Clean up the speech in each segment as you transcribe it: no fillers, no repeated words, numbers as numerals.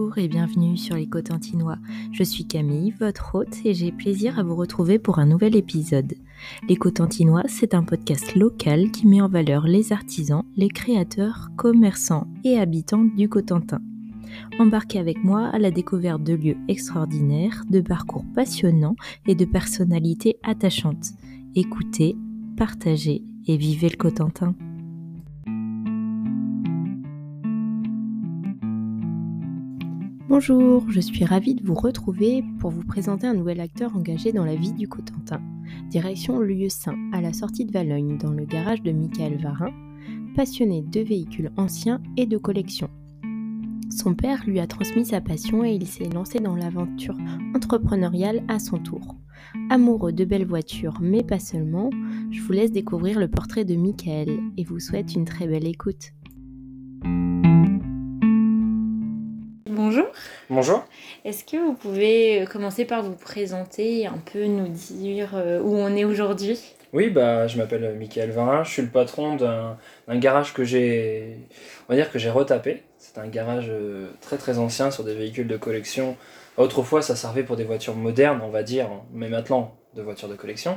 Bonjour et bienvenue sur les Cotentinois. Je suis Camille, votre hôte, et j'ai plaisir à vous retrouver pour un nouvel épisode. Les Cotentinois, c'est un podcast local qui met en valeur les artisans, les créateurs, commerçants et habitants du Cotentin. Embarquez avec moi à la découverte de lieux extraordinaires, de parcours passionnants et de personnalités attachantes. Écoutez, partagez et vivez le Cotentin. Bonjour, je suis ravie de vous retrouver pour vous présenter un nouvel acteur engagé dans la vie du Cotentin. Direction Lieu-Saint, à la sortie de Valognes, dans le garage de Michael Varin, passionné de véhicules anciens et de collection. Son père lui a transmis sa passion et il s'est lancé dans l'aventure entrepreneuriale à son tour. Amoureux de belles voitures, mais pas seulement, je vous laisse découvrir le portrait de Michael et vous souhaite une très belle écoute. Bonjour. Bonjour. Est-ce que vous pouvez commencer par vous présenter et un peu nous dire où on est aujourd'hui ? Oui, je m'appelle Michael Varin, je suis le patron d'un garage que j'ai retapé. C'est un garage très très ancien sur des véhicules de collection. Autrefois, ça servait pour des voitures modernes, on va dire, mais maintenant de voitures de collection.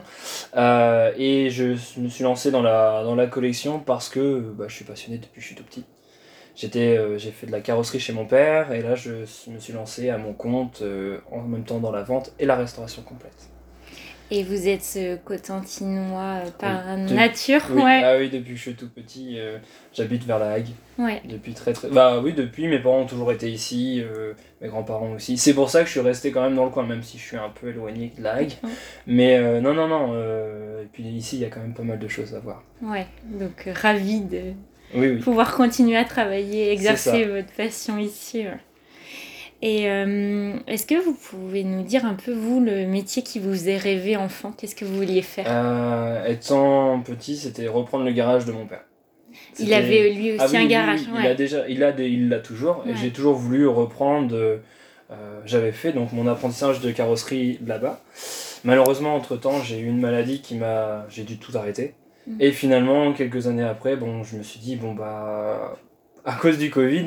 Et je me suis lancé dans la collection parce que je suis passionné depuis que je suis tout petit. J'ai fait de la carrosserie chez mon père et là je me suis lancé à mon compte en même temps dans la vente et la restauration complète. Et vous êtes Cotentinois par nature ? Oui. Ouais. Ah oui, depuis que je suis tout petit, j'habite vers la Hague. Ouais. Depuis depuis, mes parents ont toujours été ici, mes grands-parents aussi. C'est pour ça que je suis resté quand même dans le coin, même si je suis un peu éloigné de la Hague. Mais non. Et puis ici, il y a quand même pas mal de choses à voir. Ouais, donc ravi de oui. pouvoir continuer à travailler, exercer votre passion ici. Ouais. Et est-ce que vous pouvez nous dire un peu, vous, le métier qui vous est rêvé enfant ? Qu'est-ce que vous vouliez faire ? Étant petit, c'était reprendre le garage de mon père. Il avait lui aussi un garage. Oui. Il l'a toujours. Ouais. Et j'ai toujours voulu reprendre. J'avais fait donc mon apprentissage de carrosserie là-bas. Malheureusement, entre-temps, j'ai eu une maladie j'ai dû tout arrêter. Et finalement, quelques années après, je me suis dit, à cause du Covid,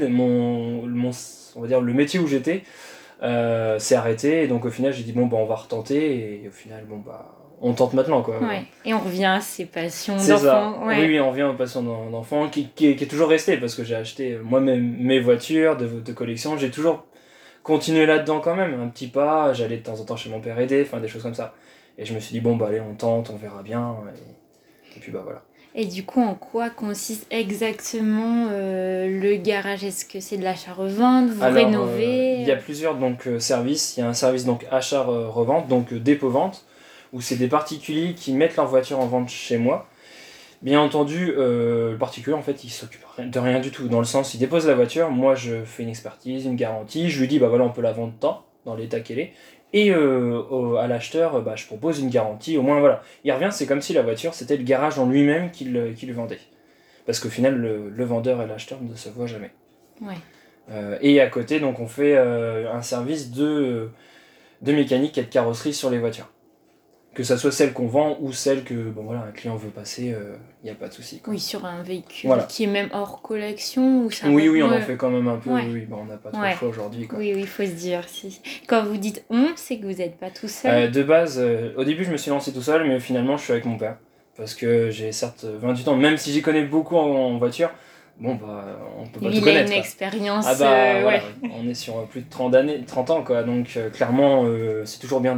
on va dire, le métier où j'étais s'est arrêté. Et donc au final, j'ai dit, on va retenter. Et au final, on tente maintenant, quoi. Ouais. Et on revient à ses passions c'est d'enfant. Ça. Ouais. Oui, on revient aux passions d'enfant qui est toujours resté parce que j'ai acheté moi-même mes voitures de collection. J'ai toujours continué là-dedans quand même, un petit pas. J'allais de temps en temps chez mon père aider, des choses comme ça. Et je me suis dit, allez, on tente, on verra bien. Et puis voilà. Et du coup, en quoi consiste exactement le garage ? Est-ce que c'est de l'achat-revente ? Vous rénovez ? Il y a plusieurs services. Il y a un service achat-revente, dépôt-vente, où c'est des particuliers qui mettent leur voiture en vente chez moi. Bien entendu, le particulier, en fait, il s'occupe de rien du tout. Dans le sens, il dépose la voiture, moi je fais une expertise, une garantie, je lui dis, on peut la vendre tant, dans l'état qu'elle est. Et à l'acheteur, je propose une garantie, au moins voilà. Il revient, c'est comme si la voiture, c'était le garage en lui-même qui le vendait. Parce qu'au final, le vendeur et l'acheteur ne se voient jamais. Ouais. Et à côté, donc on fait un service de mécanique et de carrosserie sur les voitures. Que ça soit celle qu'on vend ou celle que un client veut passer, il n'y a pas de souci. Oui, sur un véhicule qui est même hors collection ou ça Oui, on en fait quand même un peu. Ouais. Oui, on n'a pas trop le choix aujourd'hui. Quoi. Oui, il faut se dire. Quand vous dites on, c'est que vous n'êtes pas tout seul. De base, au début, je me suis lancé tout seul, mais finalement, je suis avec mon père. Parce que j'ai certes 28 ans, même si j'y connais beaucoup en voiture, on peut pas tout connaître. Il a une expérience. Voilà, on est sur plus de 30 ans, quoi. Donc, clairement, c'est toujours bien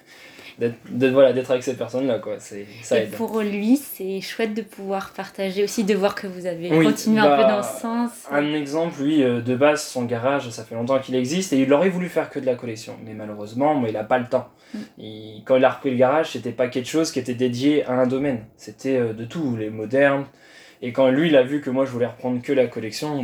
d'être avec cette personne-là, quoi. Ça aide. Pour lui, c'est chouette de pouvoir partager aussi, de voir que vous avez continué un peu dans ce sens. Un exemple, lui, de base, son garage, ça fait longtemps qu'il existe et il aurait voulu faire que de la collection. Mais malheureusement, il n'a pas le temps. Quand il a repris le garage, c'était pas quelque chose qui était dédié à un domaine. C'était de tout, les modernes. Et quand lui, il a vu que moi, je voulais reprendre que la collection,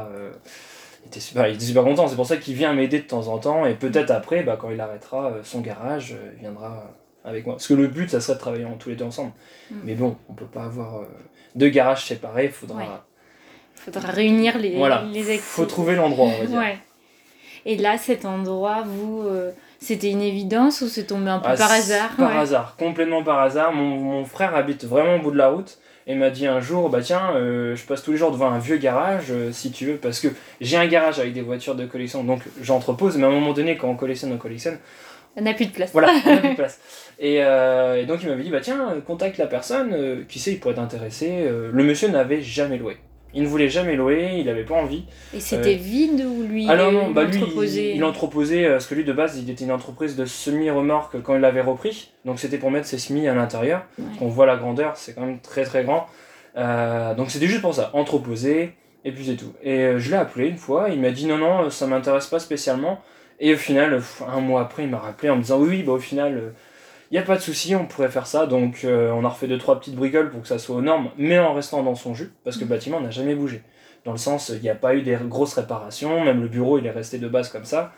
il était super content. C'est pour ça qu'il vient m'aider de temps en temps. Et peut-être après, quand il arrêtera son garage, il viendra avec moi. Parce que le but, ça serait de travailler tous les deux ensemble. Mais on peut pas avoir deux garages séparés. Faudra réunir les activités. Faut trouver l'endroit, on va dire. Ouais. Et là, cet endroit, C'était une évidence ou c'est tombé un peu Ah, par hasard? Par hasard, complètement par hasard. Mon frère habite vraiment au bout de la route et il m'a dit un jour, bah tiens, je passe tous les jours devant un vieux garage, si tu veux, parce que j'ai un garage avec des voitures de collection, donc j'entrepose, mais à un moment donné, quand on collectionne, On n'a plus de place. voilà, on a plus de place. Et donc il m'avait dit, bah tiens, contacte la personne, qui sait, il pourrait t'intéresser. Le monsieur n'avait jamais loué. Il ne voulait jamais louer, il n'avait pas envie. Et c'était vide ou lui, Ah non, il bah lui, entreposait il entreposait, parce que lui de base, il était une entreprise de semi-remorque quand il l'avait repris. Donc c'était pour mettre ses semis à l'intérieur. Ouais. On voit la grandeur, c'est quand même très très grand. Donc c'était juste pour ça, entreposer, et puis c'est tout. Et je l'ai appelé une fois, il m'a dit non, ça m'intéresse pas spécialement. Et au final, un mois après, il m'a rappelé en me disant oui, bah au final, y a pas de souci, on pourrait faire ça. Donc on a refait 2-3 petites bricoles pour que ça soit aux normes, mais en restant dans son jus, parce que le bâtiment n'a jamais bougé. Dans le sens, il n'y a pas eu des grosses réparations, même le bureau il est resté de base comme ça.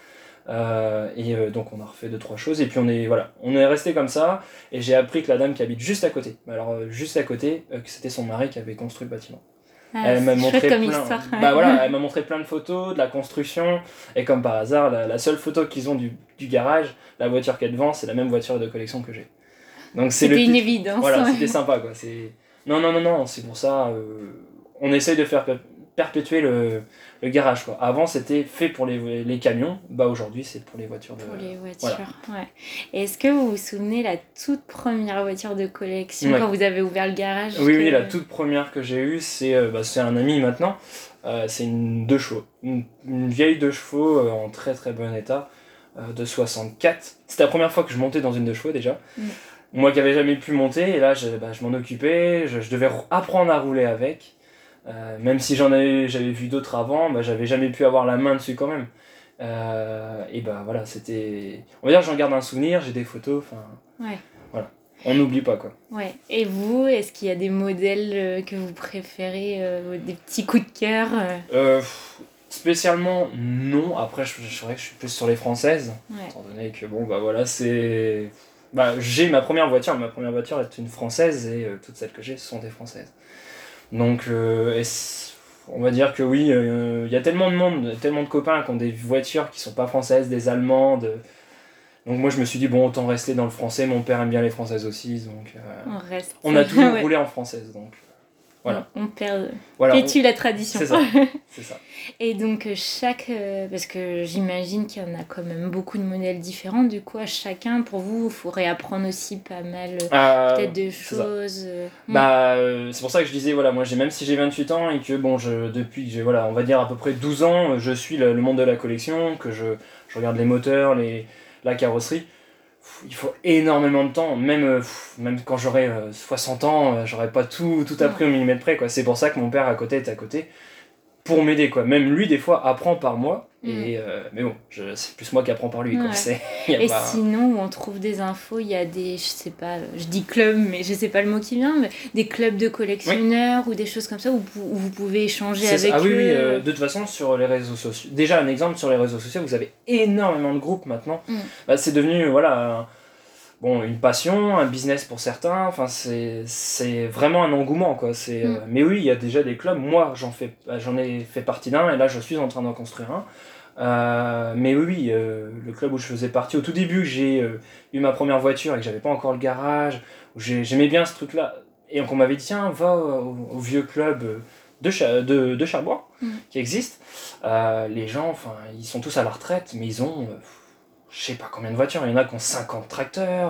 Donc on a refait 2-3 choses, et puis on est resté comme ça, et j'ai appris que la dame qui habite juste à côté, juste à côté, que c'était son mari qui avait construit le bâtiment. Elle m'a montré comme plein, histoire. elle m'a montré plein de photos de la construction, et comme par hasard, la seule photo qu'ils ont du garage, la voiture qui est devant, c'est la même voiture de collection que j'ai. Donc c'était une évidence. Voilà, ouais. c'était sympa quoi. Non, c'est pour ça, on essaye de faire perpétuer le garage quoi. Avant c'était fait pour les camions, bah aujourd'hui c'est pour les voitures. Pour les voitures, ouais. Et est-ce que vous vous souvenez la toute première voiture de collection quand vous avez ouvert le garage? Oui, la toute première que j'ai eue, c'est un ami maintenant. C'est une 2 chevaux, une vieille 2 chevaux en très très bon état, de 64. C'était la première fois que je montais dans une 2 chevaux déjà. Moi qui n'avais jamais pu monter, et là je m'en occupais, je devais apprendre à rouler avec. Même si j'avais vu d'autres avant, j'avais jamais pu avoir la main dessus quand même. Et voilà, c'était... On va dire que j'en garde un souvenir, j'ai des photos, ouais. Voilà. On n'oublie pas quoi. Ouais. Et vous, est-ce qu'il y a des modèles que vous préférez, des petits coups de cœur Spécialement non, après c'est vrai que je suis plus sur les françaises, étant donné que c'est... j'ai ma première voiture est une française, et toutes celles que j'ai ce sont des françaises. Donc on va dire que oui, il y a tellement de monde, tellement de copains qui ont des voitures qui sont pas françaises, des allemandes. Donc moi je me suis dit bon, autant rester dans le français, mon père aime bien les françaises aussi, donc on a toujours roulé en française, donc voilà. On perpétue la tradition. C'est ça. Et donc parce que j'imagine qu'il y en a quand même beaucoup de modèles différents, du coup à chacun, pour vous, il faudrait apprendre aussi pas mal peut-être de choses. C'est pour ça que je disais, moi même si j'ai 28 ans et que depuis que j'ai on va dire à peu près 12 ans, je suis le monde de la collection, que je regarde les moteurs, la carrosserie. Il faut énormément de temps, même quand j'aurai 60 ans, j'aurai pas tout appris au millimètre près quoi. C'est pour ça que mon père est à côté pour m'aider quoi. Même lui des fois apprend par moi, mais bon, c'est plus moi qui apprends par lui quoi. Sinon où on trouve des infos, il y a des, je sais pas, je dis club mais je sais pas le mot qui vient, mais des clubs de collectionneurs ou des choses comme ça où vous pouvez échanger avec eux. Oui, de toute façon sur les réseaux sociaux, déjà un exemple sur les réseaux sociaux, vous avez énormément de groupes maintenant. C'est devenu une passion, un business pour certains, c'est vraiment un engouement quoi. Mais oui, il y a déjà des clubs, moi j'en ai fait partie d'un, et là je suis en train d'en construire un. Mais oui, le club où je faisais partie au tout début, j'ai eu ma première voiture et que j'avais pas encore le garage, où j'aimais bien ce truc là, et donc on m'avait dit tiens, va au vieux club de Cherbourg qui existe. Les gens, ils sont tous à la retraite, mais ils ont je sais pas combien de voitures, il y en a qui ont 50 tracteurs.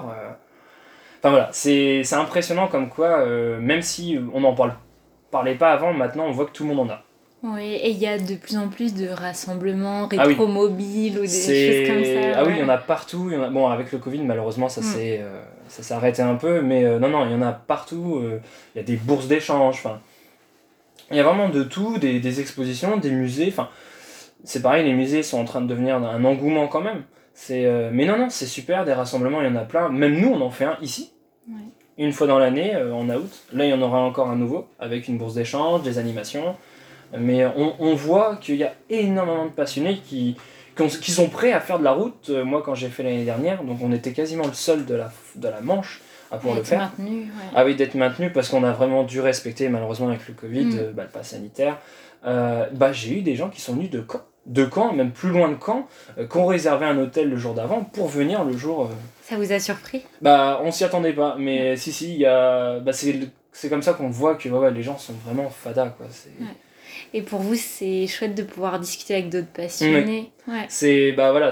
C'est impressionnant comme quoi, même si on n'en parlait pas avant, maintenant on voit que tout le monde en a. Oui, et il y a de plus en plus de rassemblements rétro-mobiles ou des choses comme ça. Oui, il y en a partout. Bon, avec le Covid, malheureusement, ça s'est arrêté un peu, mais non, il y en a partout. Il y a des bourses d'échange, il y a vraiment de tout, des expositions, des musées. C'est pareil, les musées sont en train de devenir un engouement quand même. Mais non, c'est super, des rassemblements, il y en a plein. Même nous, on en fait un ici, une fois dans l'année, en août. Là, il y en aura encore un nouveau, avec une bourse d'échange, des animations. Mais on voit qu'il y a énormément de passionnés qui sont prêts à faire de la route. Moi, quand j'ai fait l'année dernière, donc on était quasiment le seul de la Manche à pouvoir le faire. Ah oui, d'être maintenu, parce qu'on a vraiment dû respecter, malheureusement avec le Covid, le pass sanitaire. J'ai eu des gens qui sont venus de Caen de Caen, même plus loin de Caen, qui ont réservé un hôtel le jour d'avant pour venir le jour... Ça vous a surpris ? Bah, on s'y attendait pas, mais si, il y a... Bah, c'est comme ça qu'on voit que les gens sont vraiment fadas, quoi. Et pour vous, c'est chouette de pouvoir discuter avec d'autres passionnés. C'est...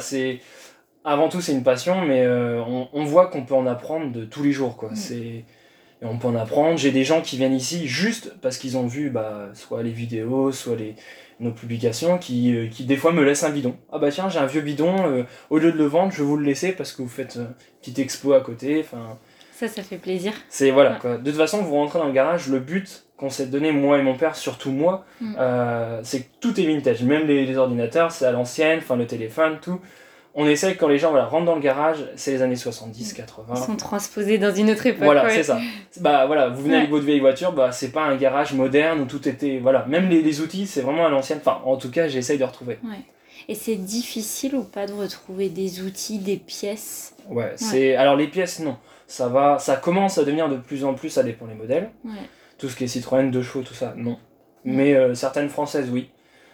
Avant tout, c'est une passion, mais on voit qu'on peut en apprendre de tous les jours, quoi. Et on peut en apprendre. J'ai des gens qui viennent ici juste parce qu'ils ont vu soit les vidéos, soit nos publications, qui des fois me laissent un bidon. Ah bah tiens, j'ai un vieux bidon, au lieu de le vendre, je vais vous le laisser parce que vous faites une petite expo à côté. Ça fait plaisir. C'est quoi. De toute façon, vous rentrez dans le garage, le but qu'on s'est donné, moi et mon père, surtout moi, c'est que tout est vintage. Même les ordinateurs, c'est à l'ancienne, le téléphone, tout. On essaye, quand les gens rentrent dans le garage, c'est les années 70, 80. Ils sont transposés dans une autre époque. Voilà, c'est ça. Vous venez avec votre vieille voiture, c'est pas un garage moderne où tout était... Même les outils, c'est vraiment à l'ancienne. En tout cas, j'essaye de retrouver. Et c'est difficile ou pas de retrouver des outils, des pièces ? Alors les pièces, non. Ça commence à devenir de plus en plus, ça dépend des modèles. Tout ce qui est Citroën, 2 chevaux, tout ça, non. Mais certaines françaises, oui.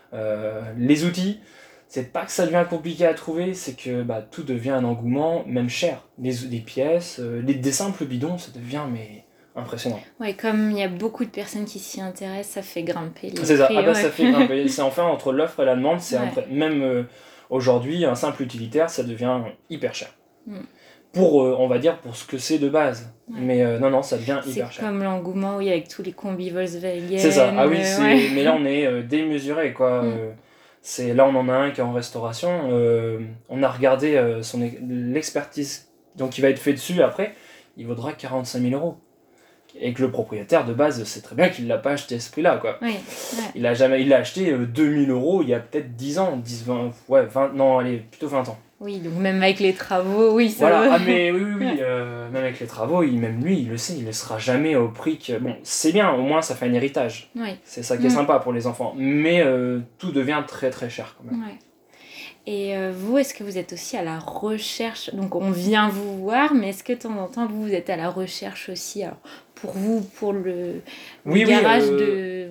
Les outils... C'est pas que ça devient compliqué à trouver, c'est que tout devient un engouement, même cher. Les pièces, des simples bidons, ça devient impressionnant. Comme il y a beaucoup de personnes qui s'y intéressent, ça fait grimper les prix. C'est ça, ça fait grimper. C'est enfin entre l'offre et la demande, même aujourd'hui, un simple utilitaire, ça devient hyper cher. Pour, on va dire, pour ce que c'est de base. Mais non, ça devient hyper cher. C'est comme l'engouement, avec tous les combis Volkswagen. C'est ça, mais là on est démesuré, quoi. Là, on en a un qui est en restauration. On a regardé l'expertise qui va être fait dessus après. Il vaudra 45 000 €. Et que le propriétaire de base sait très bien qu'il l'a pas acheté à ce prix-là, quoi. Il l'a acheté 2 000 € il y a peut-être 10 ans, 20, plutôt 20 ans. Oui, donc même avec les travaux, ça va. Mais oui, même avec les travaux, même lui, il le sait, il ne sera jamais au prix que... Bon, c'est bien, au moins ça fait un héritage. C'est ça qui est sympa pour les enfants. Mais tout devient très très cher quand même. Et vous, est-ce que vous êtes aussi à la recherche ? Donc on vient vous voir, mais est-ce que de temps en temps, vous êtes à la recherche aussi, alors, pour vous, pour le garage de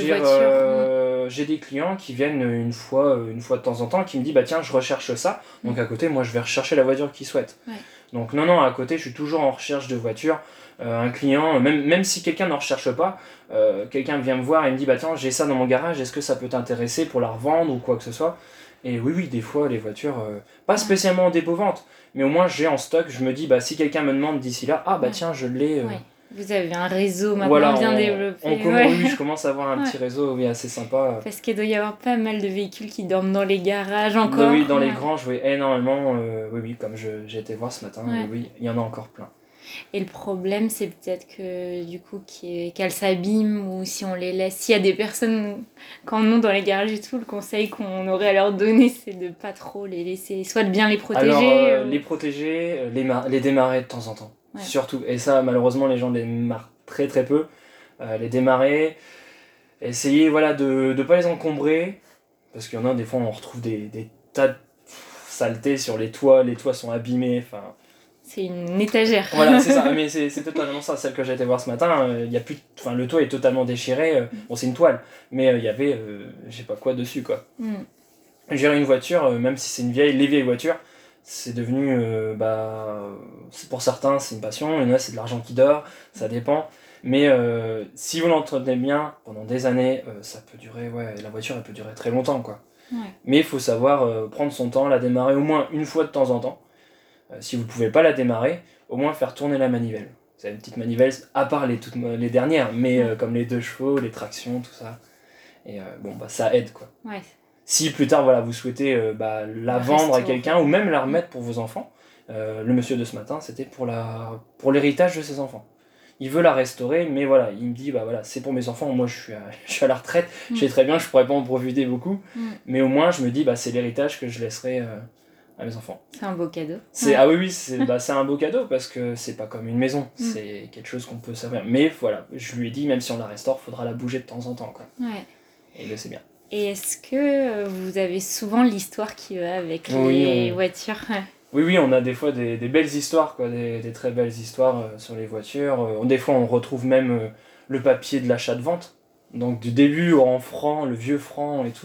voitures j'ai des clients qui viennent une fois de temps en temps, qui me disent tiens, je recherche ça, donc à côté, moi je vais rechercher la voiture qu'ils souhaitent. Donc non, à côté, je suis toujours en recherche de voiture. Un client, même si quelqu'un n'en recherche pas, quelqu'un vient me voir et me dit tiens, j'ai ça dans mon garage, est-ce que ça peut t'intéresser pour la revendre ou quoi que ce soit ? Et oui, des fois, les voitures, pas spécialement en dépôt-vente, mais au moins j'ai en stock, je me dis, si quelqu'un me demande d'ici là, tiens, je l'ai. Vous avez un réseau maintenant bien développé. Oui, je commence à avoir un petit réseau assez sympa. Parce qu'il doit y avoir pas mal de véhicules qui dorment dans les garages encore. Oui, dans les granges, énormément. Comme j'ai été voir ce matin, il y en a encore plein. Et le problème, c'est peut-être que du coup qu'elles s'abîment, ou si on les laisse. S'il y a des personnes qui en ont dans les garages et tout, le conseil qu'on aurait à leur donner, c'est de pas trop les laisser, soit de bien les protéger. Alors, les protéger, les démarrer de temps en temps, surtout. Et ça, malheureusement, les gens les démarrent très très peu. Les démarrer, essayer de pas les encombrer, parce qu'il y en a des fois on retrouve des tas de saletés sur les toits sont abîmés, c'est une étagère. Voilà, c'est ça, mais c'est totalement ça. Celle que j'ai été voir ce matin, y a plus, le toit est totalement déchiré. Bon, c'est une toile, mais il y avait, je sais pas quoi dessus, quoi. Gérer une voiture, même si c'est les vieilles voitures, c'est devenu, pour certains, c'est une passion, il y en a, c'est de l'argent qui dort, ça dépend. Mais si vous l'entretenez bien pendant des années, ça peut durer, la voiture, elle peut durer très longtemps, quoi. Mais il faut savoir prendre son temps, la démarrer au moins une fois de temps en temps. Si vous ne pouvez pas la démarrer, au moins faire tourner la manivelle. C'est une petite manivelle, à part les dernières, mais comme les 2 chevaux, les tractions, tout ça. Et ça aide, quoi. Si plus tard, vous souhaitez la vendre à quelqu'un, ou même la remettre pour vos enfants, le monsieur de ce matin, c'était pour l'héritage de ses enfants. Il veut la restaurer, mais il me dit, c'est pour mes enfants, moi je suis à la retraite, je sais très bien, je pourrais pas en profiter beaucoup, mais au moins je me dis, c'est l'héritage que je laisserai à mes enfants. C'est un beau cadeau. C'est un beau cadeau, parce que c'est pas comme une maison, c'est quelque chose qu'on peut servir. Mais je lui ai dit, même si on la restaure, faudra la bouger de temps en temps, quoi. Et il le sait bien. Et est-ce que vous avez souvent l'histoire qui va avec les voitures ? Oui, on a des fois des belles histoires, quoi, des très belles histoires sur les voitures. Des fois, on retrouve même le papier de l'achat de vente. Donc, du début en francs, le vieux franc et tout.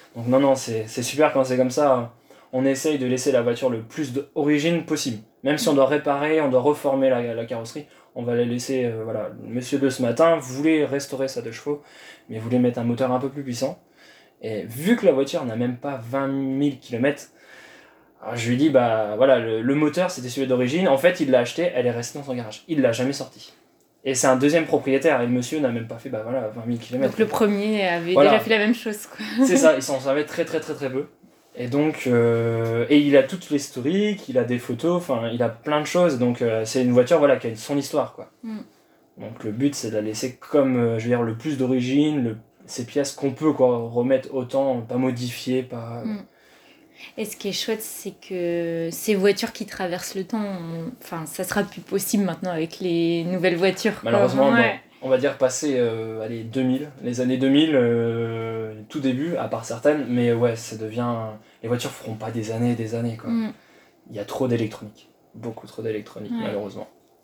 Donc non, c'est super quand c'est comme ça. On essaye de laisser la voiture le plus d'origine possible. Même si on doit réparer, on doit reformer la carrosserie, on va la laisser, voilà, le monsieur de ce matin voulait restaurer sa 2 chevaux, mais voulait mettre un moteur un peu plus puissant. Et vu que la voiture n'a même pas 20 000 km, alors je lui dis, bah voilà, le moteur c'était celui d'origine, en fait il l'a acheté, elle est restée dans son garage, il l'a jamais sorti. Et c'est un deuxième propriétaire, et le monsieur n'a même pas fait, bah voilà, 20 000 km. Donc le premier avait voilà. déjà fait la même chose, quoi. C'est ça, il s'en servait très peu. Et donc, et il a toute l'historique, il a des photos, enfin, il a plein de choses. Donc, c'est une voiture, voilà, qui a son histoire, quoi. Donc, le but, c'est de la laisser comme, je veux dire, le plus d'origine, ces pièces qu'on peut, quoi, remettre autant, pas modifier, pas. Et ce qui est chouette, c'est que ces voitures qui traversent le temps, enfin, ça sera plus possible maintenant avec les nouvelles voitures. Malheureusement, bon, on va dire passer allez, 2000, les années 2000, tout début, à part certaines, mais ouais, ça devient. Les voitures feront pas des années et des années, quoi. Il y a trop d'électronique, beaucoup trop d'électronique, malheureusement.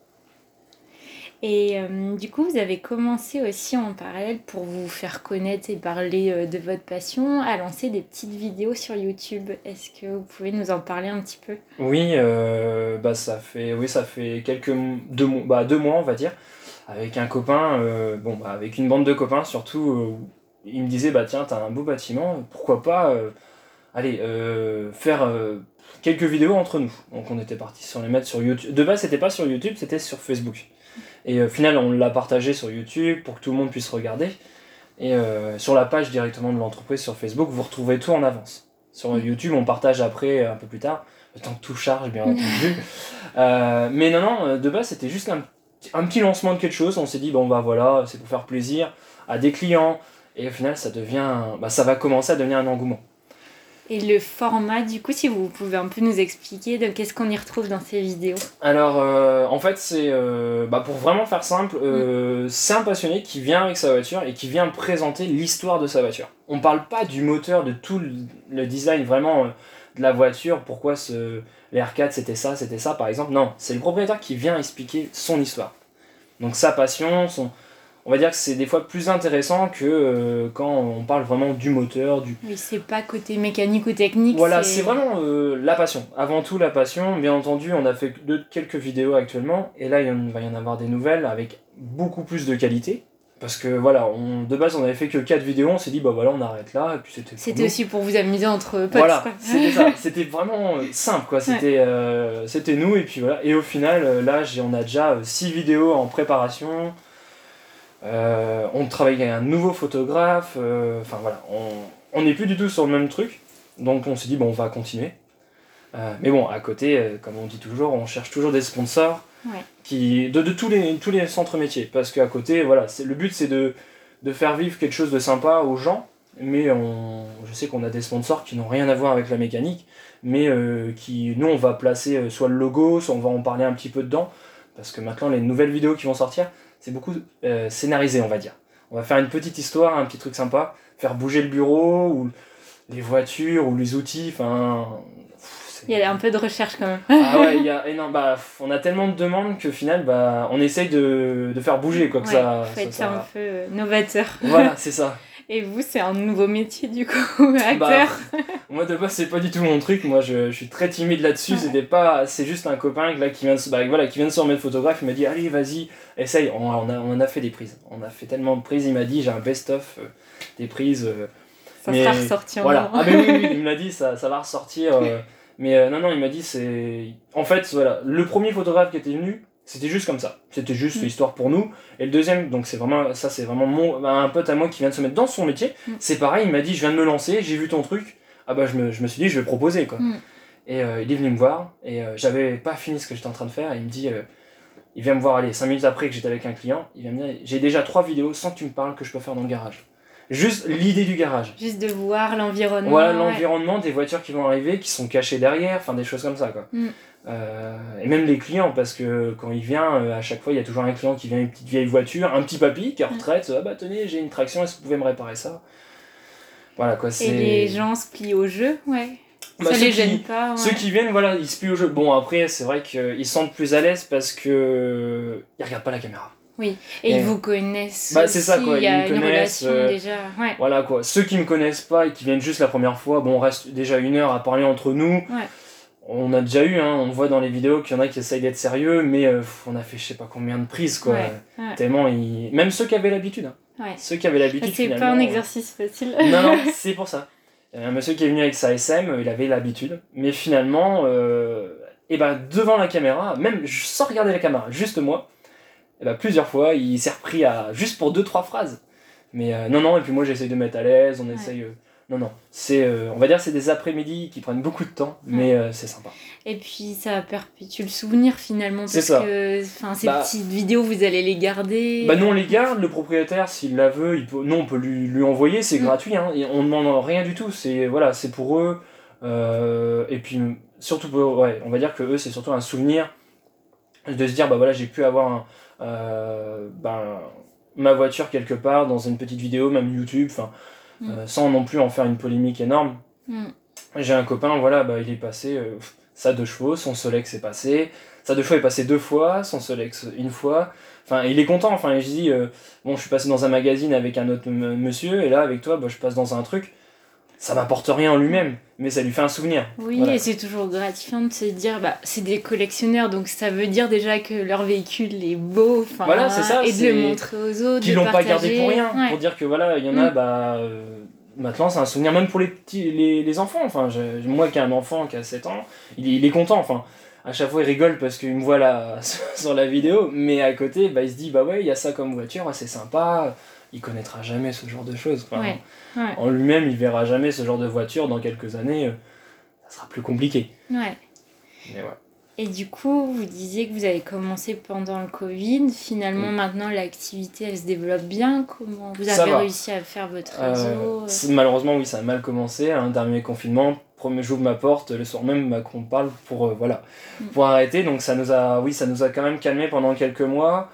Et du coup, vous avez commencé aussi en parallèle, pour vous faire connaître et parler de votre passion, à lancer des petites vidéos sur YouTube. Est-ce que vous pouvez nous en parler un petit peu ? Oui, ça fait quelques 2 mois, on va dire, avec un copain, avec une bande de copains surtout. Il me disait, bah tiens, t'as un beau bâtiment, pourquoi pas faire quelques vidéos entre nous. Donc on était parti sur les mettre sur YouTube. De base, c'était pas sur YouTube, c'était sur Facebook. Et au final, on l'a partagé sur YouTube pour que tout le monde puisse regarder. Et sur la page directement de l'entreprise sur Facebook, vous retrouvez tout en avance. Sur YouTube, on partage après, un peu plus tard, le temps que tout charge, bien entendu. Mais non, de base, c'était juste un petit lancement de quelque chose. On s'est dit, bon, bah voilà, c'est pour faire plaisir à des clients. Et au final, ça va commencer à devenir un engouement. Et le format, du coup, si vous pouvez un peu nous expliquer de qu'est-ce qu'on y retrouve dans ces vidéos ? Alors, en fait, c'est pour vraiment faire simple, c'est un passionné qui vient avec sa voiture et qui vient présenter l'histoire de sa voiture. On parle pas du moteur, de tout le design vraiment de la voiture, pourquoi les R4 c'était ça par exemple. Non, c'est le propriétaire qui vient expliquer son histoire. Donc sa passion, on va dire que c'est des fois plus intéressant que quand on parle vraiment du moteur. Oui, c'est pas côté mécanique ou technique. Voilà, c'est vraiment la passion. Avant tout la passion. Bien entendu, on a fait quelques vidéos actuellement. Et là, il va y en avoir des nouvelles avec beaucoup plus de qualité. Parce que voilà, de base, on avait fait que 4 vidéos. On s'est dit, bah voilà, on arrête là. Et puis c'était aussi pour vous amuser entre potes. Voilà, quoi. C'était ça. C'était vraiment simple, quoi. C'était nous. Et puis voilà. Et au final, là, on a déjà 6 vidéos en préparation. On travaille avec un nouveau photographe, enfin voilà, on n'est plus du tout sur le même truc, donc on s'est dit bon on va continuer. Mais bon à côté, comme on dit toujours, on cherche toujours des sponsors de tous les centres métiers, parce qu'à côté voilà, le but c'est de faire vivre quelque chose de sympa aux gens, mais je sais qu'on a des sponsors qui n'ont rien à voir avec la mécanique, mais nous on va placer soit le logo, soit on va en parler un petit peu dedans, parce que maintenant les nouvelles vidéos qui vont sortir, c'est beaucoup scénarisé, on va dire. On va faire une petite histoire, un petit truc sympa, faire bouger le bureau, ou les voitures, ou les outils, enfin... Il y a un peu de recherche quand même. Ah ouais, on a tellement de demandes qu'au final, on essaye de faire bouger, quoi, que ça... Faut être un peu novateur. Voilà, c'est ça. Et vous, c'est un nouveau métier du coup, acteur. Moi de base c'est pas du tout mon truc, moi je suis très timide là-dessus, c'est juste un copain là, qui vient de se remettre photographe, il m'a dit allez vas-y, essaye, on en a fait des prises, on a fait tellement de prises, il m'a dit j'ai un best-of des prises. Ça sera ressorti en voilà. Ah mais oui, il me l'a dit, ça va ressortir, mais non il m'a dit en fait voilà, le premier photographe qui était venu, c'était juste comme ça, c'était juste l'histoire pour nous, et le deuxième, donc c'est vraiment un pote à moi qui vient de se mettre dans son métier, c'est pareil, il m'a dit je viens de me lancer, j'ai vu ton truc, je me suis dit je vais proposer quoi. Et il est venu me voir, et j'avais pas fini ce que j'étais en train de faire, et il me dit, il vient me voir 5 minutes après que j'étais avec un client, il vient me dire j'ai déjà 3 vidéos sans que tu me parles que je peux faire dans le garage. Juste l'idée du garage. Juste de voir l'environnement. Voilà, l'environnement des voitures qui vont arriver, qui sont cachées derrière, enfin des choses comme ça quoi. Et même les clients, parce que quand il vient, à chaque fois il y a toujours un client qui vient avec une petite vieille voiture, un petit papy qui est en retraite, tenez j'ai une traction, est-ce que vous pouvez me réparer ça? Voilà quoi, c'est... Et les gens se plient au jeu, ça les gêne pas. Ceux qui viennent, voilà, ils se plient au jeu. Bon après c'est vrai qu'ils se sentent plus à l'aise parce que ils regardent pas la caméra. Oui, et ils vous connaissent bah, c'est ça, quoi. Il y a Ils me une connaissent, relation déjà. Ouais. Voilà, quoi. Ceux qui me connaissent pas et qui viennent juste la première fois, bon, on reste déjà 1 heure à parler entre nous. Ouais. On a déjà eu, hein, on voit dans les vidéos qu'il y en a qui essayent d'être sérieux, mais on a fait je sais pas combien de prises, quoi. Ouais. Tellement même ceux qui avaient l'habitude. Hein. Ouais. Ceux qui avaient l'habitude, c'est finalement, pas un exercice facile. Non, c'est pour ça. Il y a un monsieur qui est venu avec sa SM, il avait l'habitude, mais finalement, et ben devant la caméra, même sans regarder la caméra, juste moi, et ben plusieurs fois, il s'est repris à juste pour 2-3 phrases. Mais non, et puis moi j'essaye de mettre à l'aise, on essaye. Non, c'est, on va dire, c'est des après-midi qui prennent beaucoup de temps, mais c'est sympa. Et puis ça perpétue le souvenir finalement, parce ça. que ces petites vidéos, vous allez les garder. Nous on les garde, le propriétaire s'il la veut, nous on peut lui envoyer, c'est gratuit, hein, et on ne demande rien du tout, c'est pour eux, et puis surtout pour eux, on va dire que eux c'est surtout un souvenir de se dire bah voilà j'ai pu avoir ma voiture quelque part dans une petite vidéo, même YouTube, sans non plus en faire une polémique énorme. J'ai un copain, voilà, il est passé sa 2 chevaux, son Solex est passé, sa 2 chevaux est passé 2 fois, son Solex 1 fois, il est content, je dis bon je suis passé dans un magazine avec un autre monsieur, et là avec toi je passe dans un truc, ça m'apporte rien en lui-même, mais ça lui fait un souvenir. Oui, voilà. Et c'est toujours gratifiant de se dire, c'est des collectionneurs, donc ça veut dire déjà que leur véhicule est beau, voilà, c'est ça, et de le montrer aux autres, qu'ils l'ont pas gardé pour rien, pour dire que voilà, il y en a, maintenant c'est un souvenir même pour les petits, les enfants, moi qui ai un enfant qui a 7 ans, il est content, à chaque fois il rigole parce qu'il me voit là sur la vidéo, mais à côté il se dit il y a ça comme voiture, c'est sympa. Il connaîtra jamais ce genre de choses. En lui-même, il verra jamais ce genre de voiture dans quelques années. Ça sera plus compliqué. Ouais. Mais ouais. Et du coup, vous disiez que vous avez commencé pendant le Covid. Finalement, maintenant, l'activité, elle se développe bien. Comment vous avez réussi à faire votre réseau Malheureusement, oui, ça a mal commencé. Dernier confinement, j'ouvre ma porte, le soir même, Macron parle pour arrêter. Donc ça nous a quand même calmé pendant quelques mois.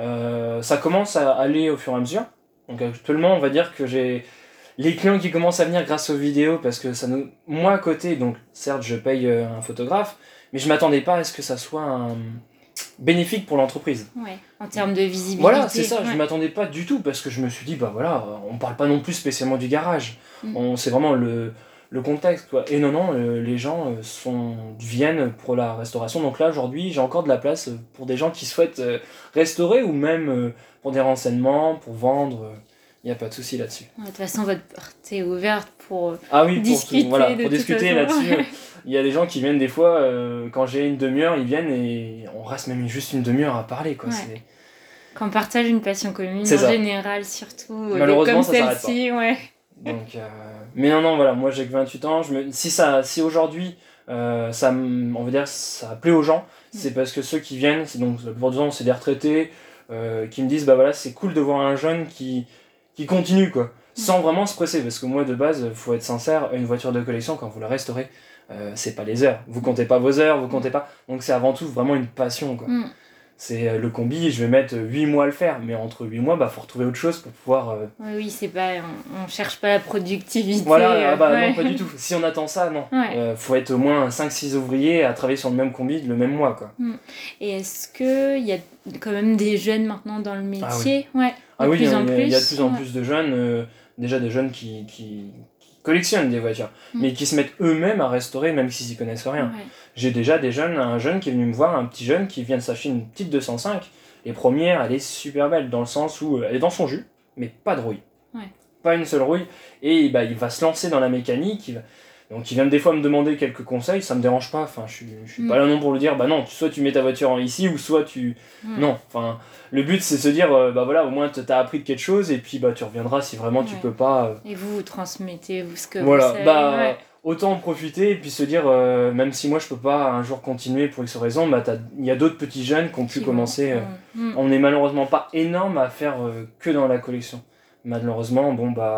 Ça commence à aller au fur et à mesure. Donc actuellement, on va dire que j'ai les clients qui commencent à venir grâce aux vidéos, parce que moi à côté, donc certes je paye un photographe, mais je m'attendais pas à ce que ça soit bénéfique pour l'entreprise. Ouais, en termes de visibilité. Voilà, c'est ça, je m'attendais pas du tout, parce que je me suis dit, on parle pas non plus spécialement du garage. C'est vraiment le contexte, quoi. Et non, les gens viennent pour la restauration. Donc là, aujourd'hui, j'ai encore de la place pour des gens qui souhaitent restaurer, ou même pour des renseignements, pour vendre. Il n'y a pas de souci là-dessus. De toute façon, votre porte est ouverte pour discuter. Pour discuter là-dessus. Il y a des gens qui viennent des fois, quand j'ai une demi-heure, ils viennent et on reste même juste une demi-heure à parler, quoi. Ouais. Quand on partage une passion commune, en général, surtout, malheureusement, comme celle-ci, Donc, mais non, voilà, moi j'ai que 28 ans. Si aujourd'hui, on va dire, ça plaît aux gens, c'est parce que ceux qui viennent, donc la plupart du temps, c'est des retraités qui me disent, c'est cool de voir un jeune qui continue, quoi, sans vraiment se presser. Parce que moi, de base, faut être sincère, une voiture de collection, quand vous la restaurez, c'est pas les heures. Vous comptez pas vos heures, vous comptez pas. Donc c'est avant tout vraiment une passion, quoi. C'est le combi, je vais mettre 8 mois à le faire, mais entre 8 mois, faut retrouver autre chose pour pouvoir... Oui, c'est pas... On cherche pas la productivité. Voilà, non, pas du tout. Si on attend ça, non. Faut être au moins 5-6 ouvriers à travailler sur le même combi le même mois, quoi. Et est-ce qu'il y a quand même des jeunes maintenant dans le métier? Il y a de plus en plus de jeunes, déjà des jeunes qui collectionnent des voitures, mais qui se mettent eux-mêmes à restaurer, même s'ils y connaissent rien. J'ai déjà un jeune qui est venu me voir, un petit jeune qui vient de s'acheter une petite 205, et première, elle est super belle, dans le sens où elle est dans son jus, mais pas de rouille. Pas une seule rouille, et il va se lancer dans la mécanique, donc il vient des fois me demander quelques conseils, ça me dérange pas, je suis pas là non pour lui dire, non, soit tu mets ta voiture ici, ou soit tu... Non, le but c'est de se dire, au moins t'as appris de quelque chose, et puis tu reviendras si vraiment tu peux pas... Et vous transmettez ce que vous savez. Autant en profiter, et puis se dire, même si moi je peux pas un jour continuer pour X raison, il y a d'autres petits jeunes qui ont pu commencer. On n'est malheureusement pas énorme à faire que dans la collection. Malheureusement,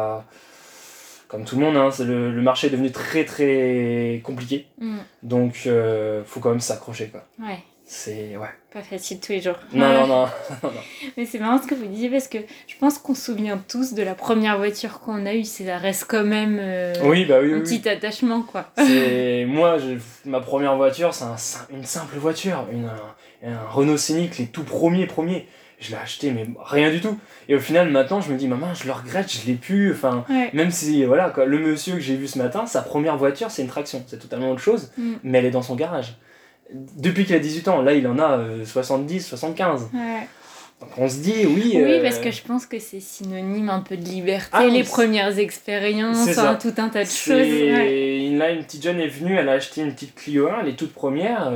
comme tout le monde, hein, le marché est devenu très très compliqué. Donc faut quand même s'accrocher, quoi. C'est pas facile tous les jours. Non. Mais c'est marrant ce que vous disiez, parce que je pense qu'on se souvient tous de la première voiture qu'on a eue. Ça reste quand même un petit attachement, quoi. Moi, ma première voiture, c'est une simple voiture, un Renault Scénic, les tout premiers. Je l'ai acheté, mais rien du tout. Et au final, maintenant, je me dis, maman, je le regrette, je l'ai plus. Enfin, même si, voilà, quoi, le monsieur que j'ai vu ce matin, sa première voiture, c'est une traction. C'est totalement autre chose, mais elle est dans son garage. Depuis qu'il a 18 ans, là, il en a 70, 75. Donc on se dit, oui... Oui, parce que je pense que c'est synonyme un peu de liberté, les premières expériences, tout un tas de choses. Là, une petite jeune est venue, elle a acheté une petite Clio 1, les toutes premières.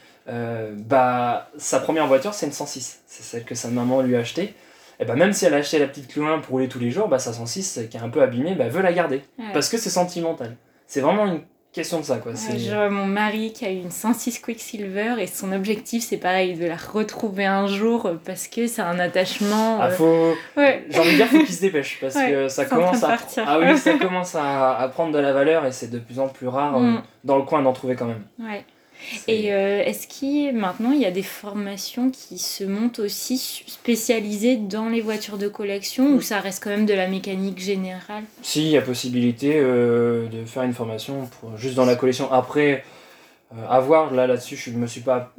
Sa première voiture, c'est une 106. C'est celle que sa maman lui a achetée. Et même si elle a acheté la petite Clio 1 pour rouler tous les jours, sa 106, qui est un peu abîmée, elle veut la garder. Parce que c'est sentimental. C'est vraiment une question de ça, quoi. Je vois mon mari qui a eu une 106 Quicksilver et son objectif c'est pareil de la retrouver un jour parce que c'est un attachement j'ai envie de dire faut qu'il se dépêche parce que ça commence ça commence à prendre de la valeur et c'est de plus en plus rare dans le coin d'en trouver quand même. Et est-ce qu'il maintenant il y a des formations qui se montent aussi spécialisées dans les voitures de collection ou ça reste quand même de la mécanique générale? Si, il y a possibilité de faire une formation juste dans la collection. Après, à voir, là-dessus, je ne me suis pas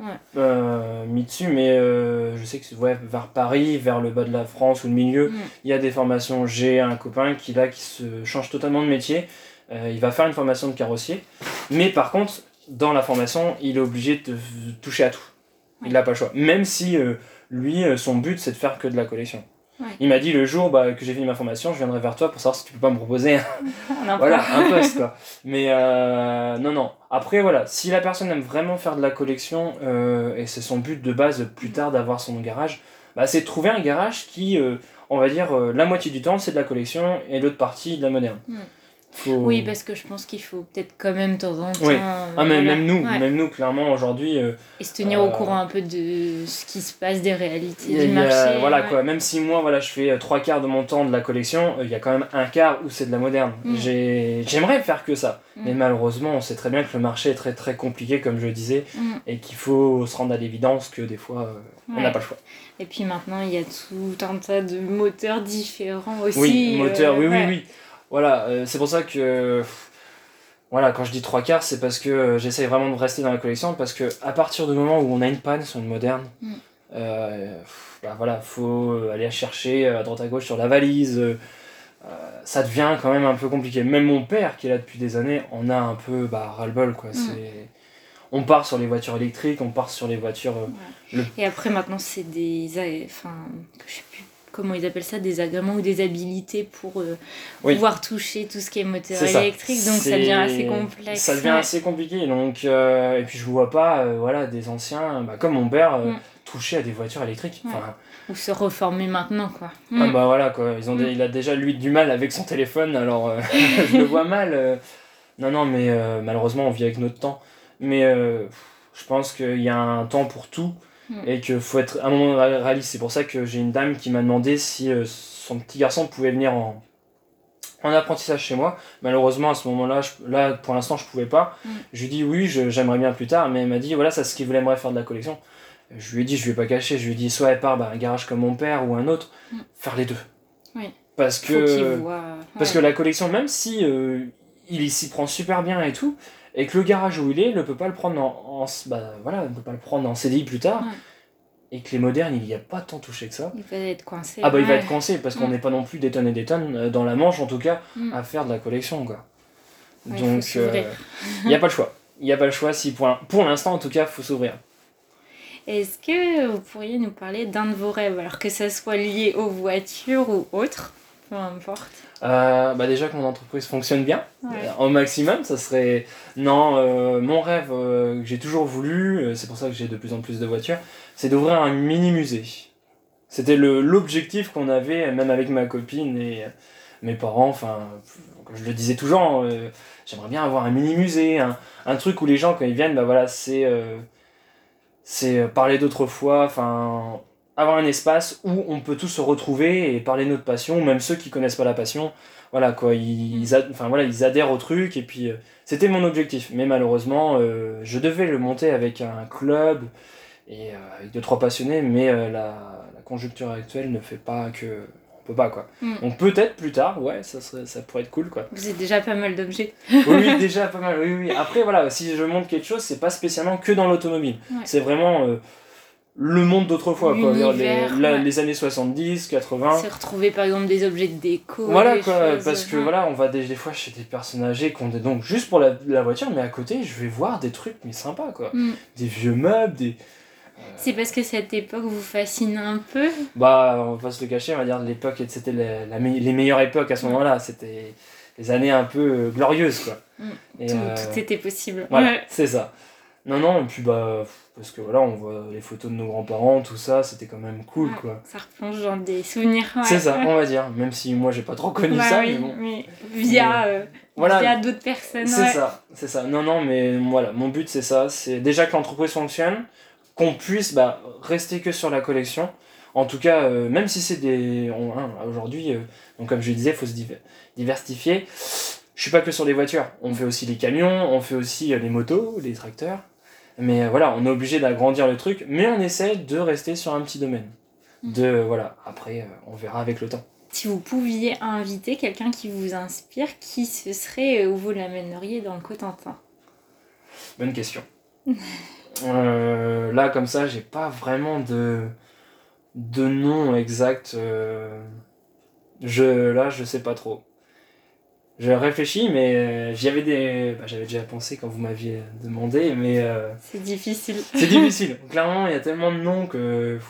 mis dessus, mais je sais que vers Paris, vers le bas de la France ou le milieu, il y a des formations. J'ai un copain qui se change totalement de métier. Il va faire une formation de carrossier, mais par contre, dans la formation, il est obligé de toucher à tout. Il n'a pas le choix. Même si, lui, son but, c'est de faire que de la collection. Il m'a dit, le jour que j'ai fini ma formation, je viendrai vers toi pour savoir si tu peux pas me proposer un poste, quoi. Mais non. Après, voilà, si la personne aime vraiment faire de la collection, et c'est son but de base, plus tard, d'avoir son garage, c'est de trouver un garage qui, on va dire, la moitié du temps, c'est de la collection, et l'autre partie, de la moderne. Oui, parce que je pense qu'il faut peut-être quand même de temps en temps... même nous, clairement, aujourd'hui... et se tenir au courant un peu de ce qui se passe, des réalités du marché. Quoi. Même si moi, je fais 3/4 de mon temps de la collection, il y a quand même 1/4 où c'est de la moderne. J'aimerais faire que ça. Mais malheureusement, on sait très bien que le marché est très très compliqué, comme je le disais, et qu'il faut se rendre à l'évidence que des fois, on n'a pas le choix. Et puis maintenant, il y a tout un tas de moteurs différents aussi. Oui. Voilà, c'est pour ça que quand je dis 3/4, c'est parce que j'essaye vraiment de rester dans la collection, parce que à partir du moment où on a une panne sur une moderne, faut aller chercher à droite à gauche sur la valise, ça devient quand même un peu compliqué. Même mon père, qui est là depuis des années, en a un peu ras-le-bol, quoi. On part sur les voitures électriques, on part sur les voitures... Et après, maintenant, c'est des... je sais plus comment ils appellent ça, des agréments ou des habilités pour pouvoir toucher tout ce qui est moteur électrique, donc ça devient assez complexe. Ça devient assez compliqué, donc, et puis je ne vois pas des anciens, comme mon père, toucher à des voitures électriques. Ou se reformer maintenant, quoi. Il a déjà, lui, du mal avec son téléphone, alors je le vois mal. Non, mais malheureusement, on vit avec notre temps. Mais je pense qu'il y a un temps pour tout. Et qu'il faut être un moment réaliste. C'est pour ça que j'ai une dame qui m'a demandé si son petit garçon pouvait venir en apprentissage chez moi. Malheureusement, à ce moment-là, pour l'instant, je pouvais pas. Je lui ai dit oui, j'aimerais bien plus tard, mais elle m'a dit voilà, c'est ce qu'il aimerait faire de la collection. Je lui ai dit, je lui ai pas caché, je lui ai dit soit elle part un garage comme mon père ou un autre, faire les deux. Parce que la collection, même si il s'y prend super bien et tout, et que le garage où il est ne peut pas le prendre ne peut pas le prendre en CDI plus tard, et que les modernes, il n'y a pas tant touché que ça. Il va être coincé. Il va être coincé, parce qu'on n'est pas non plus des tonnes et des tonnes, dans la Manche en tout cas, à faire de la collection, quoi. Donc, il n'y a pas le choix. Il n'y a pas le choix, si pour l'instant en tout cas, il faut s'ouvrir. Est-ce que vous pourriez nous parler d'un de vos rêves, alors que ça soit lié aux voitures ou autres, peu importe? Déjà que mon entreprise fonctionne bien, au maximum, ça serait... Non, mon rêve que j'ai toujours voulu, c'est pour ça que j'ai de plus en plus de voitures, c'est d'ouvrir un mini-musée. C'était l'objectif qu'on avait, même avec ma copine et mes parents, je le disais toujours, j'aimerais bien avoir un mini-musée, un truc où les gens, quand ils viennent, c'est parler d'autrefois, avoir un espace où on peut tous se retrouver et parler de notre passion, même ceux qui connaissent pas la passion, ils adhèrent au truc, et puis c'était mon objectif. Mais malheureusement, je devais le monter avec un club et avec 2-3 passionnés, mais la conjoncture actuelle ne fait pas que... On peut pas, quoi. Donc peut-être plus tard, ça pourrait être cool, quoi. Vous avez déjà pas mal d'objets. Oui, déjà pas mal, oui. Après, si je monte quelque chose, c'est pas spécialement que dans l'automobile. C'est vraiment... le monde d'autrefois, quoi. L'univers, Les années 70, 80. C'est retrouver par exemple des objets de déco. Voilà, quoi, choses, parce que voilà, on va des fois chez des personnes âgées qui ont donc juste pour la voiture, mais à côté, je vais voir des trucs, mais sympas, quoi. Des vieux meubles, C'est parce que cette époque vous fascine un peu? Bah, on va pas se le cacher, on va dire l'époque, c'était les meilleures époques à ce moment-là, c'était les années un peu glorieuses, quoi. Et, tout était possible. Voilà, c'est ça. Non, et puis bah, parce que voilà, on voit les photos de nos grands-parents, tout ça, c'était quand même cool, quoi. Ça replonge dans des souvenirs. C'est ça, on va dire, même si moi j'ai pas trop connu ça, oui, mais bon. Mais via d'autres personnes. C'est ça. Non, mais voilà, mon but c'est ça, c'est déjà que l'entreprise fonctionne, qu'on puisse rester que sur la collection. En tout cas, même si c'est aujourd'hui, donc comme je le disais, il faut se diversifier. Je suis pas que sur les voitures, on fait aussi les camions, on fait aussi les motos, les tracteurs. Mais voilà, on est obligé d'agrandir le truc, mais on essaie de rester sur un petit domaine. Après, on verra avec le temps. Si vous pouviez inviter quelqu'un qui vous inspire, qui ce serait où vous l'amèneriez dans le Cotentin? Bonne question. Là, comme ça, j'ai pas vraiment de nom exact. Je sais pas trop. Je réfléchis, mais j'avais déjà pensé quand vous m'aviez demandé, mais... C'est difficile. C'est difficile. Clairement, il y a tellement de noms que...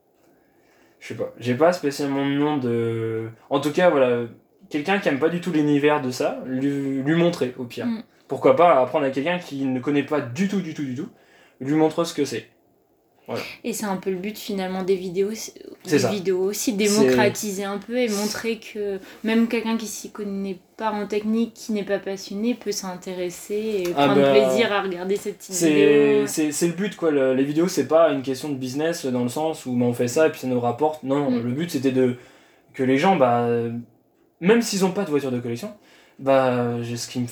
Je sais pas. J'ai pas spécialement de nom de... En tout cas, voilà, quelqu'un qui aime pas du tout l'univers de ça, lui montrer, au pire. Pourquoi pas apprendre à quelqu'un qui ne connaît pas du tout, lui montrer ce que c'est. Voilà. Et c'est un peu le but finalement des vidéos aussi, démocratiser un peu et montrer que même quelqu'un qui s'y connaît pas en technique, qui n'est pas passionné, peut s'intéresser et prendre plaisir à regarder cette petite vidéo. C'est le but, quoi. Les vidéos, c'est pas une question de business dans le sens où on fait ça et puis ça nous rapporte. Non, le but c'était que les gens, même s'ils ont pas de voiture de collection, ce qui me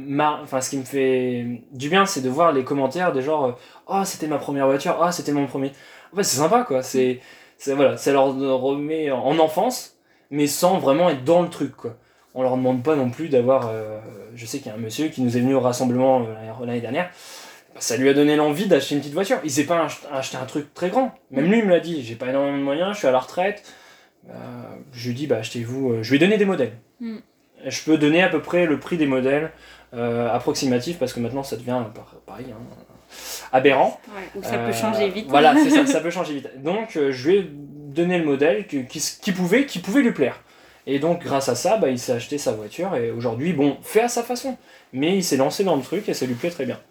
fait du bien, c'est de voir les commentaires de genre oh, c'était ma première voiture, oh, c'était mon premier. En fait, c'est sympa, quoi. Voilà, ça leur remet en enfance, mais sans vraiment être dans le truc, quoi. On leur demande pas non plus d'avoir. Je sais qu'il y a un monsieur qui nous est venu au rassemblement l'année dernière. Ça lui a donné l'envie d'acheter une petite voiture. Il s'est pas acheté un truc très grand. Même lui, il me l'a dit. J'ai pas énormément de moyens, je suis à la retraite. Je lui ai dit achetez-vous. Je lui ai donné des modèles. Je peux donner à peu près le prix des modèles approximatifs parce que maintenant ça devient pareil, aberrant. Ou ça peut changer vite. Voilà, c'est ça, ça peut changer vite. Donc je lui ai donné le modèle qui pouvait lui plaire. Et donc grâce à ça, il s'est acheté sa voiture et aujourd'hui, fait à sa façon. Mais il s'est lancé dans le truc et ça lui plaît très bien.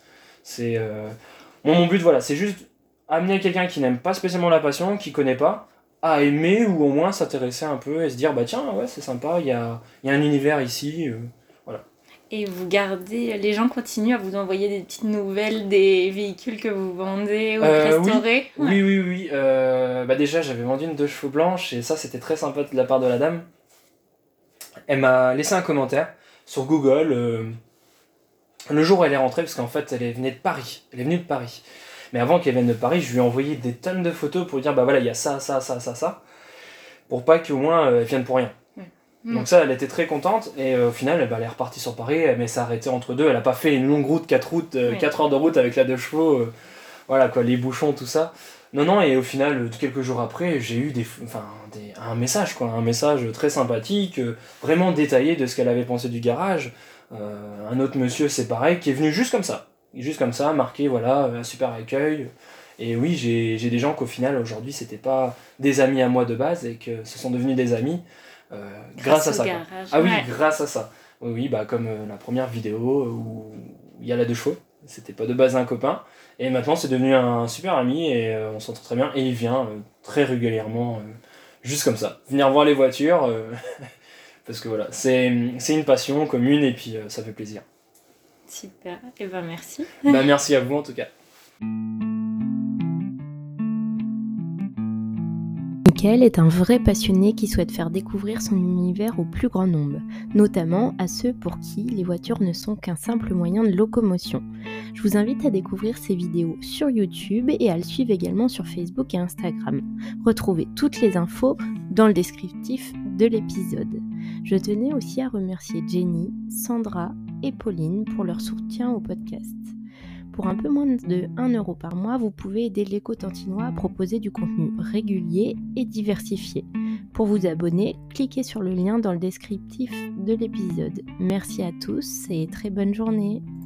Mon but, voilà, c'est juste amener quelqu'un qui n'aime pas spécialement la passion, qui connaît pas, à aimer ou au moins s'intéresser un peu et se dire tiens, ouais, c'est sympa, il y a un univers ici, voilà. Et les gens continuent à vous envoyer des petites nouvelles des véhicules que vous vendez ou restaurez? Oui. Déjà, j'avais vendu une 2 chevaux blanche et ça, c'était très sympa de la part de la dame. Elle m'a laissé un commentaire sur Google le jour où elle est rentrée, parce qu'en fait, elle est venue de Paris. Mais avant qu'elle vienne de Paris, je lui ai envoyé des tonnes de photos pour dire il y a ça, pour pas qu'au moins elle vienne pour rien. Donc ça, elle était très contente et au final, elle est repartie sur Paris, mais s'est arrêtée entre deux. Elle a pas fait une longue route, 4 heures de route avec la 2 chevaux, voilà quoi, les bouchons, tout ça. Non, et au final, quelques jours après, j'ai eu un message très sympathique, vraiment détaillé de ce qu'elle avait pensé du garage. Un autre monsieur, c'est pareil, qui est venu juste comme ça, marqué, voilà, un super accueil. Et oui, j'ai des gens qu'au final, aujourd'hui, c'était pas des amis à moi de base et que ce sont devenus des amis grâce à ça. Grâce à ça. Oui, comme la première vidéo où il y a la 2 chevaux. C'était pas de base un copain. Et maintenant, c'est devenu un super ami et on s'entend très bien. Et il vient très régulièrement, juste comme ça, venir voir les voitures. Parce que voilà, c'est une passion commune et puis ça fait plaisir. Super, et merci. Merci à vous en tout cas. Mickaël est un vrai passionné qui souhaite faire découvrir son univers au plus grand nombre, notamment à ceux pour qui les voitures ne sont qu'un simple moyen de locomotion. Je vous invite à découvrir ses vidéos sur YouTube et à le suivre également sur Facebook et Instagram. Retrouvez toutes les infos dans le descriptif de l'épisode. Je tenais aussi à remercier Jenny, Sandra et Pauline pour leur soutien au podcast. Pour un peu moins de 1 € par mois, vous pouvez aider l'Écotantinois à proposer du contenu régulier et diversifié. Pour vous abonner, cliquez sur le lien dans le descriptif de l'épisode. Merci à tous et très bonne journée.